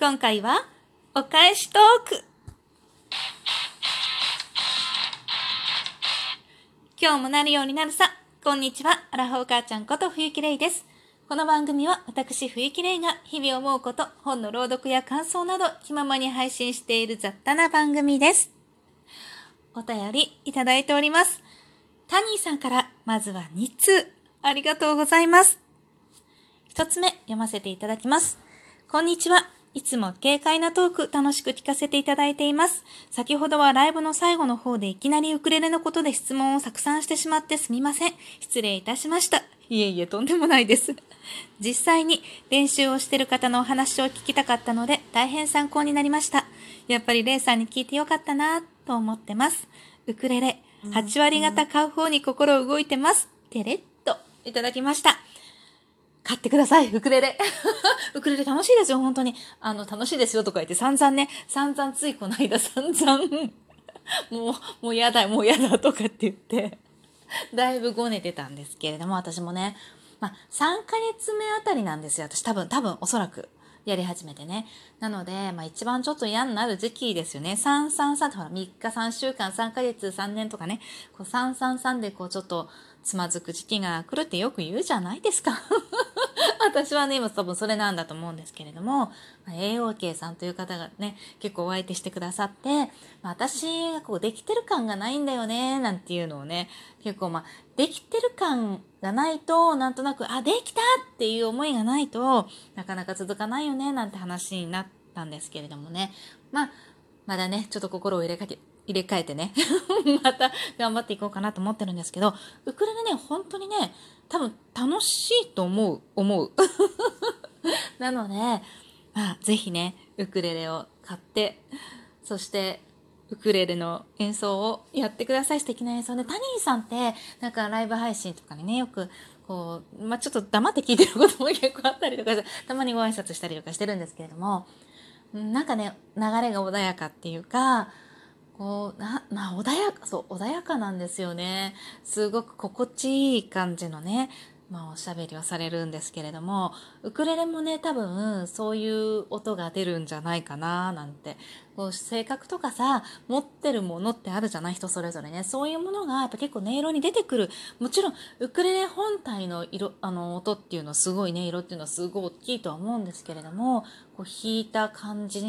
今回はお返しトーク。今日もなるようになるさ。こんにちは、アラフォー母ちゃんこと冬木玲です。この番組は私冬木玲が日々思うこと、本の朗読や感想など気ままに配信している雑多な番組です。お便りいただいております。タニーさんからまずは2通ありがとうございます。1つ目読ませていただきます。こんにちは。いつも軽快なトーク楽しく聞かせていただいています。先ほどはライブの最後の方でいきなりウクレレのことで質問をたくさんしてしまってすみません。失礼いたしました。いえいえ、とんでもないです。実際に練習をしている方のお話を聞きたかったので大変参考になりました。やっぱりレイさんに聞いてよかったなと思ってます。ウクレレ8割方買う方に心動いてます。てれっといただきました。買ってください、ウクレレ。ウクレレ楽しいですよ、本当に。楽しいですよとか言って散々ついこの間もうやだとかって言って、だいぶごねてたんですけれども、私もね、3ヶ月目あたりなんですよ、私多分おそらく。やり始めてね。なので、一番ちょっと嫌になる時期ですよね。333ってほら、3日、3週間、3ヶ月、3年とかね。333でちょっとつまずく時期が来るってよく言うじゃないですか。私はね、今多分それなんだと思うんですけれども、AOK さんという方がね、結構お相手してくださって、私ができてる感がないんだよね、なんていうのをね、結構できてる感がないと、なんとなく、できたっていう思いがないとなかなか続かないよね、なんて話になったんですけれどもね。まだね、ちょっと心を入れ替えてね、また頑張っていこうかなと思ってるんですけど、ウクレレね、本当にね、多分楽しいと思う。なので、ぜひね、ウクレレを買って、そして、ウクレレの演奏をやってください。素敵な演奏で。タニーさんって、なんかライブ配信とかにね、よく、ちょっと黙って聞いてることも結構あったりとかして、たまにご挨拶したりとかしてるんですけれども、なんかね、流れが穏やかっていうか、穏やかなんですよね。すごく心地いい感じのね、おしゃべりをされるんですけれども、ウクレレもね、多分、そういう音が出るんじゃないかな、なんて。性格とかさ、持ってるものってあるじゃない、人それぞれね。そういうものが、やっぱ結構音色に出てくる。もちろん、ウクレレ本体の音っていうのはすごいね、色っていうのはすごい大きいとは思うんですけれども、弾いた感じ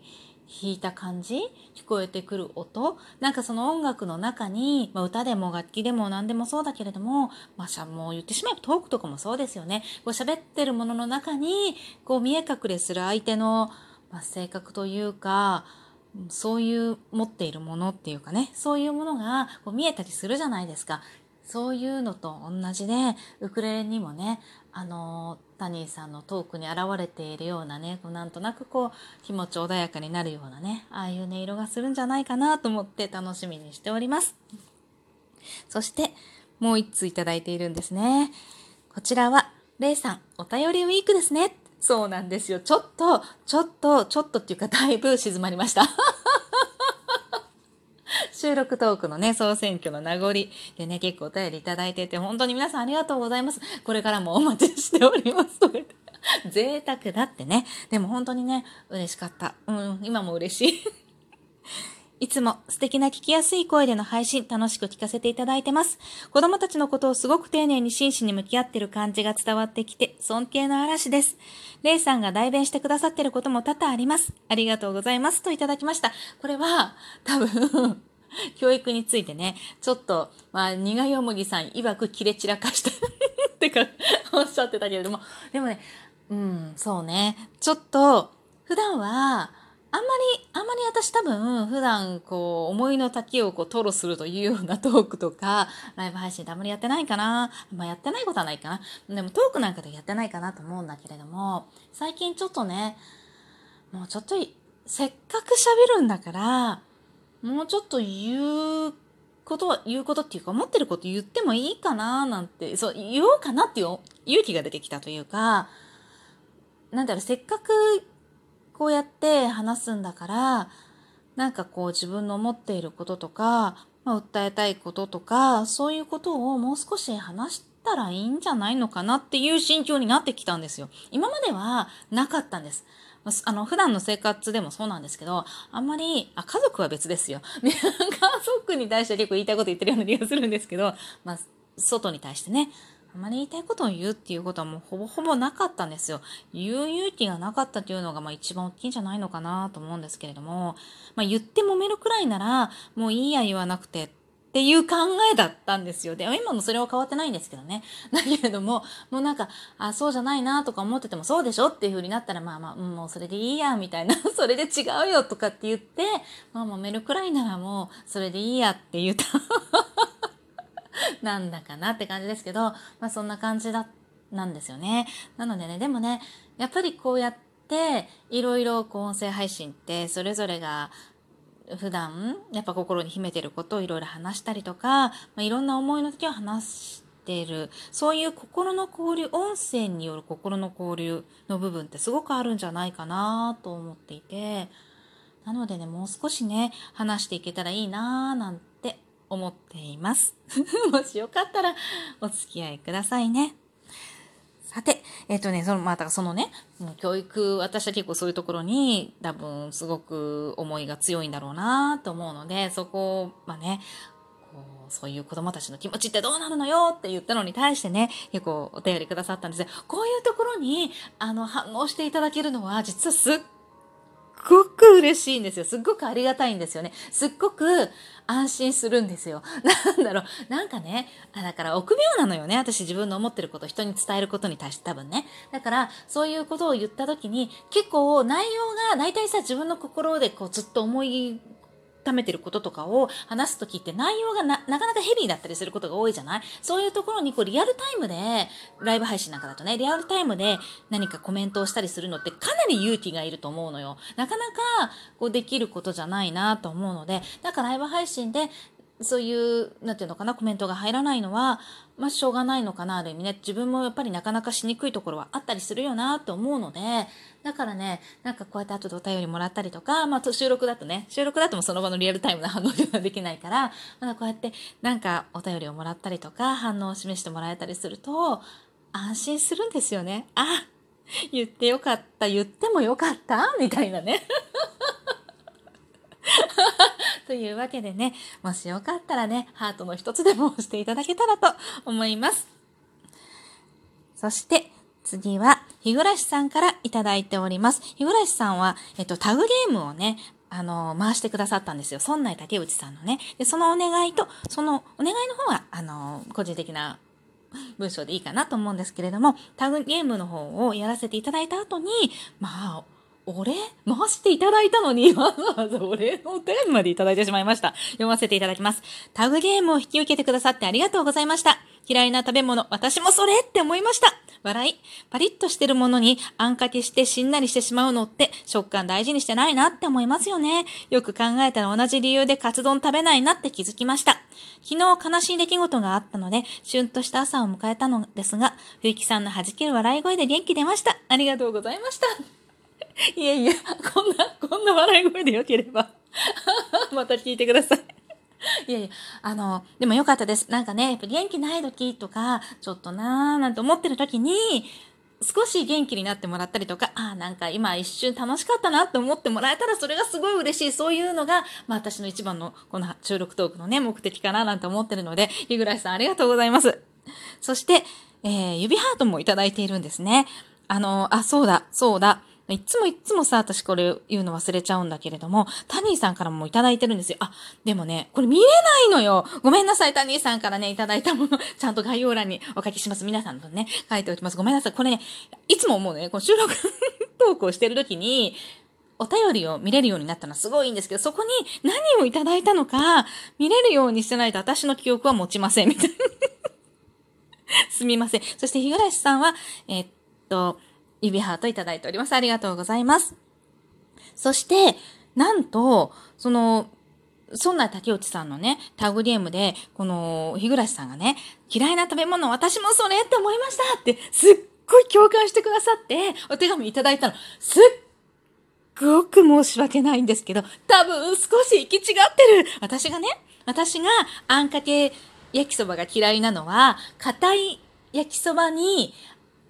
聞こえてくる音、なんかその音楽の中に、歌でも楽器でも何でもそうだけれども、もう言ってしまえばトークとかもそうですよね。喋ってるものの中に見え隠れする相手の、性格というか、そういう持っているものっていうかね、そういうものが見えたりするじゃないですか。そういうのと同じで、ウクレレにもね、タニーさんのトークに現れているようなね、なんとなく気持ち穏やかになるようなね、ああいう音色がするんじゃないかなと思って楽しみにしております。そして、もう一通いただいているんですね。こちらは、レイさん、お便りウィークですね。そうなんですよ。ちょっとっていうか、だいぶ静まりました。収録トークのね、総選挙の名残でね、結構お便りいただいてて、本当に皆さんありがとうございます。これからもお待ちしておりますとか言って。贅沢だってね。でも本当にね、嬉しかった。今も嬉しい。いつも素敵な聞きやすい声での配信楽しく聞かせていただいてます。子供たちのことをすごく丁寧に真摯に向き合ってる感じが伝わってきて尊敬の嵐です。レイさんが代弁してくださってることも多々あります。ありがとうございますといただきました。これは多分教育についてね、ちょっと、苦よもぎさん曰く切れ散らかしたってかおっしゃってたけれども、でもね、そうね、ちょっと普段はあんまり私多分普段思いの丈を吐露するというようなトークとかライブ配信であんまりやってないかな。やってないことはないかな。でもトークなんかでやってないかなと思うんだけれども、最近ちょっとね、もうちょっとせっかく喋るんだからもうちょっと言うことっていうか思ってること言ってもいいかななんて、言おうかなっていう勇気が出てきたというか、せっかくこうやって話すんだから、なんか自分の思っていることとか、訴えたいこととか、そういうことをもう少し話したらいいんじゃないのかなっていう心境になってきたんですよ。今まではなかったんです。 普段の生活でもそうなんですけど、あんまり、家族は別ですよ。ね、家族に対しては結構言いたいこと言ってるような気がするんですけど、外に対してね、あまり言いたいことを言うっていうことはもうほぼほぼなかったんですよ。言う勇気がなかったというのが一番大きいんじゃないのかなと思うんですけれども、言って揉めるくらいならもういいや言わなくてっていう考えだったんですよ。で、今もそれは変わってないんですけどね。だけれども、もうそうじゃないなとか思ってても、そうでしょっていう風になったら、もうそれでいいや、みたいな、それで違うよとかって言って、揉めるくらいならもう、それでいいやって言った。なんだかなって感じですけど、そんな感じなんですよね。なのでね、でもね、やっぱりこうやって、いろいろ音声配信って、それぞれが、普段やっぱ心に秘めてることをいろいろ話したりとか、いろんな思いの時を話している、そういう心の交流、音声による心の交流の部分ってすごくあるんじゃないかなと思っていて、なのでね、もう少しね話していけたらいいなーなんて思っていますもしよかったらお付き合いくださいね。さて、そのね、教育、私は結構そういうところに多分すごく思いが強いんだろうなと思うので、そこはね、そういう子供たちの気持ちってどうなるのよって言ったのに対してね、結構お便りくださったんですよ。こういうところに、反応していただけるのは、実はすっごく嬉しいんですよ。すっごくありがたいんですよね。すっごく安心するんですよ。なんだろう。だから臆病なのよね。私自分の思ってることを人に伝えることに対して多分ね。だから、そういうことを言った時に、結構内容が大体さ、自分の心でずっと思い溜めてることとかを話すときって内容がなかなかヘビーだったりすることが多いじゃない？そういうところにリアルタイムで、ライブ配信なんかだとね、リアルタイムで何かコメントをしたりするのってかなり勇気がいると思うのよ。なかなかできることじゃないなと思うので、だからライブ配信でそういう、なんていうのかな、コメントが入らないのは、しょうがないのかな、ある意味ね。自分もやっぱりなかなかしにくいところはあったりするよなと思うので、だからね、こうやって後でお便りもらったりとか、収録だともその場のリアルタイムな反応ができないから、こうやってお便りをもらったりとか、反応を示してもらえたりすると、安心するんですよね。言ってよかった、言ってもよかったみたいなね。というわけでね、もしよかったらね、ハートの一つでも押していただけたらと思います。そして、次は、日暮さんからいただいております。日暮さんは、タグゲームをね、回してくださったんですよ。村内竹内さんのね。で、そのお願いと、そのお願いの方は、個人的な文章でいいかなと思うんですけれども、タグゲームの方をやらせていただいた後に、お礼回していただいたのに、わざわざお礼のお便りまでいただいてしまいました。読ませていただきます。タグゲームを引き受けてくださってありがとうございました。嫌いな食べ物、私もそれって思いました。笑い。パリッとしてるものにあんかけしてしんなりしてしまうのって食感大事にしてないなって思いますよね。よく考えたら同じ理由でカツ丼食べないなって気づきました。昨日悲しい出来事があったので、シュンとした朝を迎えたのですが、冬木さんの弾ける笑い声で元気出ました。ありがとうございました。いやいや、こんな笑い声でよければ。また聞いてください。いやいや、でもよかったです。やっぱ元気ない時とか、ちょっとなーなんて思ってる時に、少し元気になってもらったりとか、今一瞬楽しかったなって思ってもらえたらそれがすごい嬉しい。そういうのが、私の一番のこの収録トークのね、目的かななんて思ってるので、日暮さんありがとうございます。そして、指ハートもいただいているんですね。そうだ。いつもさ、私これ言うの忘れちゃうんだけれども、タニーさんからもいただいてるんですよ。でもね、これ見れないのよ。ごめんなさい、タニーさんからね、いただいたもの、ちゃんと概要欄にお書きします。皆さんとね、書いておきます。ごめんなさい。これね、いつも思うね、この収録トークをしてるときに、お便りを見れるようになったのはすごいいいんですけど、そこに何をいただいたのか、見れるようにしてないと私の記憶は持ちません、みたいな。すみません。そして、日暮さんは、指ハートいただいております。ありがとうございます。そして、なんと、そんな竹内さんのね、タグゲームで、この、日暮さんがね、嫌いな食べ物、私もそれって思いましたって、すっごい共感してくださって、お手紙いただいたの。すっごく申し訳ないんですけど、多分少し行き違ってる。私があんかけ焼きそばが嫌いなのは、硬い焼きそばに、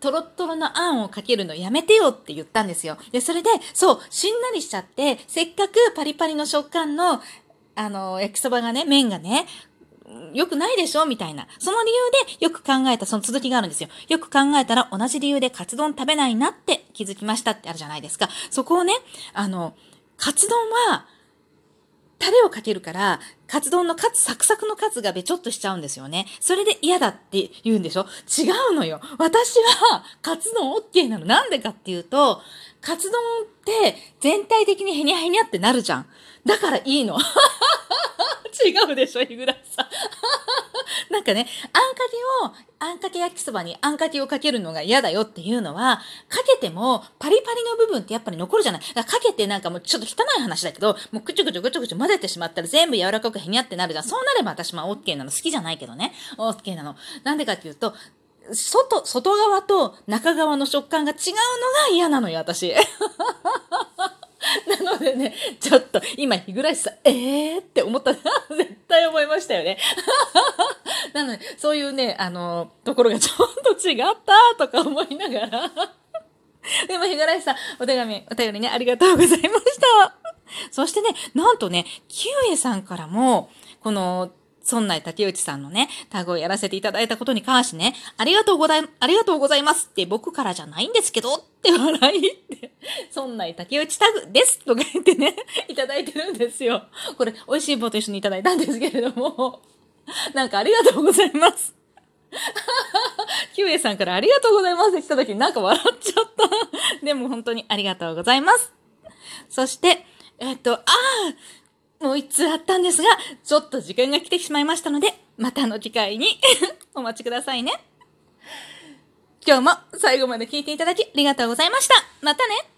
トロットロのあんをかけるのやめてよって言ったんですよ。で、それで、そう、しんなりしちゃって、せっかくパリパリの食感の、焼きそばがね、麺がね、よくないでしょみたいな。その理由でよく考えた、その続きがあるんですよ。よく考えたら同じ理由でカツ丼食べないなって気づきましたってあるじゃないですか。そこをね、カツ丼は、タレをかけるから、カツ丼のサクサクのカツがべちょっとしちゃうんですよね。それで嫌だって言うんでしょ？違うのよ。私はカツ丼 OK なの。なんでかっていうと、カツ丼って全体的にヘニャヘニャってなるじゃん。だからいいの。違うでしょ、日暮さん。なんかね、あんかけ焼きそばにあんかけをかけるのが嫌だよっていうのは、かけてもパリパリの部分ってやっぱり残るじゃない。だからかけてなんかもうちょっと汚い話だけど、もうぐちゅぐちゅぐちゅぐちゅ混ぜてしまったら全部柔らかくへにゃってなるじゃん。そうなれば私は OK なの。好きじゃないけどね。OK なの。なんでかっていうと、外側と中側の食感が違うのが嫌なのよ、私。なのでね、ちょっと今、日暮さん、って思った。絶対思いましたよね。なので、そういうね、ところがちょっと違ったとか思いながら。でも、日暮さん、お便りね、ありがとうございました。そしてね、なんとね、キウエさんからも、この、村内竹内さんのね、タグをやらせていただいたことに関してね、ありがとうございますって僕からじゃないんですけどって笑いって、村内竹内タグですとか言ってね、いただいてるんですよ。これ、美味しい棒と一緒にいただいたんですけれども、なんかありがとうございます。キュウエさんからありがとうございますって来た時になんか笑っちゃった。でも本当にありがとうございます。そして、もう一通あったんですが、ちょっと時間が来てしまいましたので、またの機会にお待ちくださいね。今日も最後まで聞いていただきありがとうございました。またね。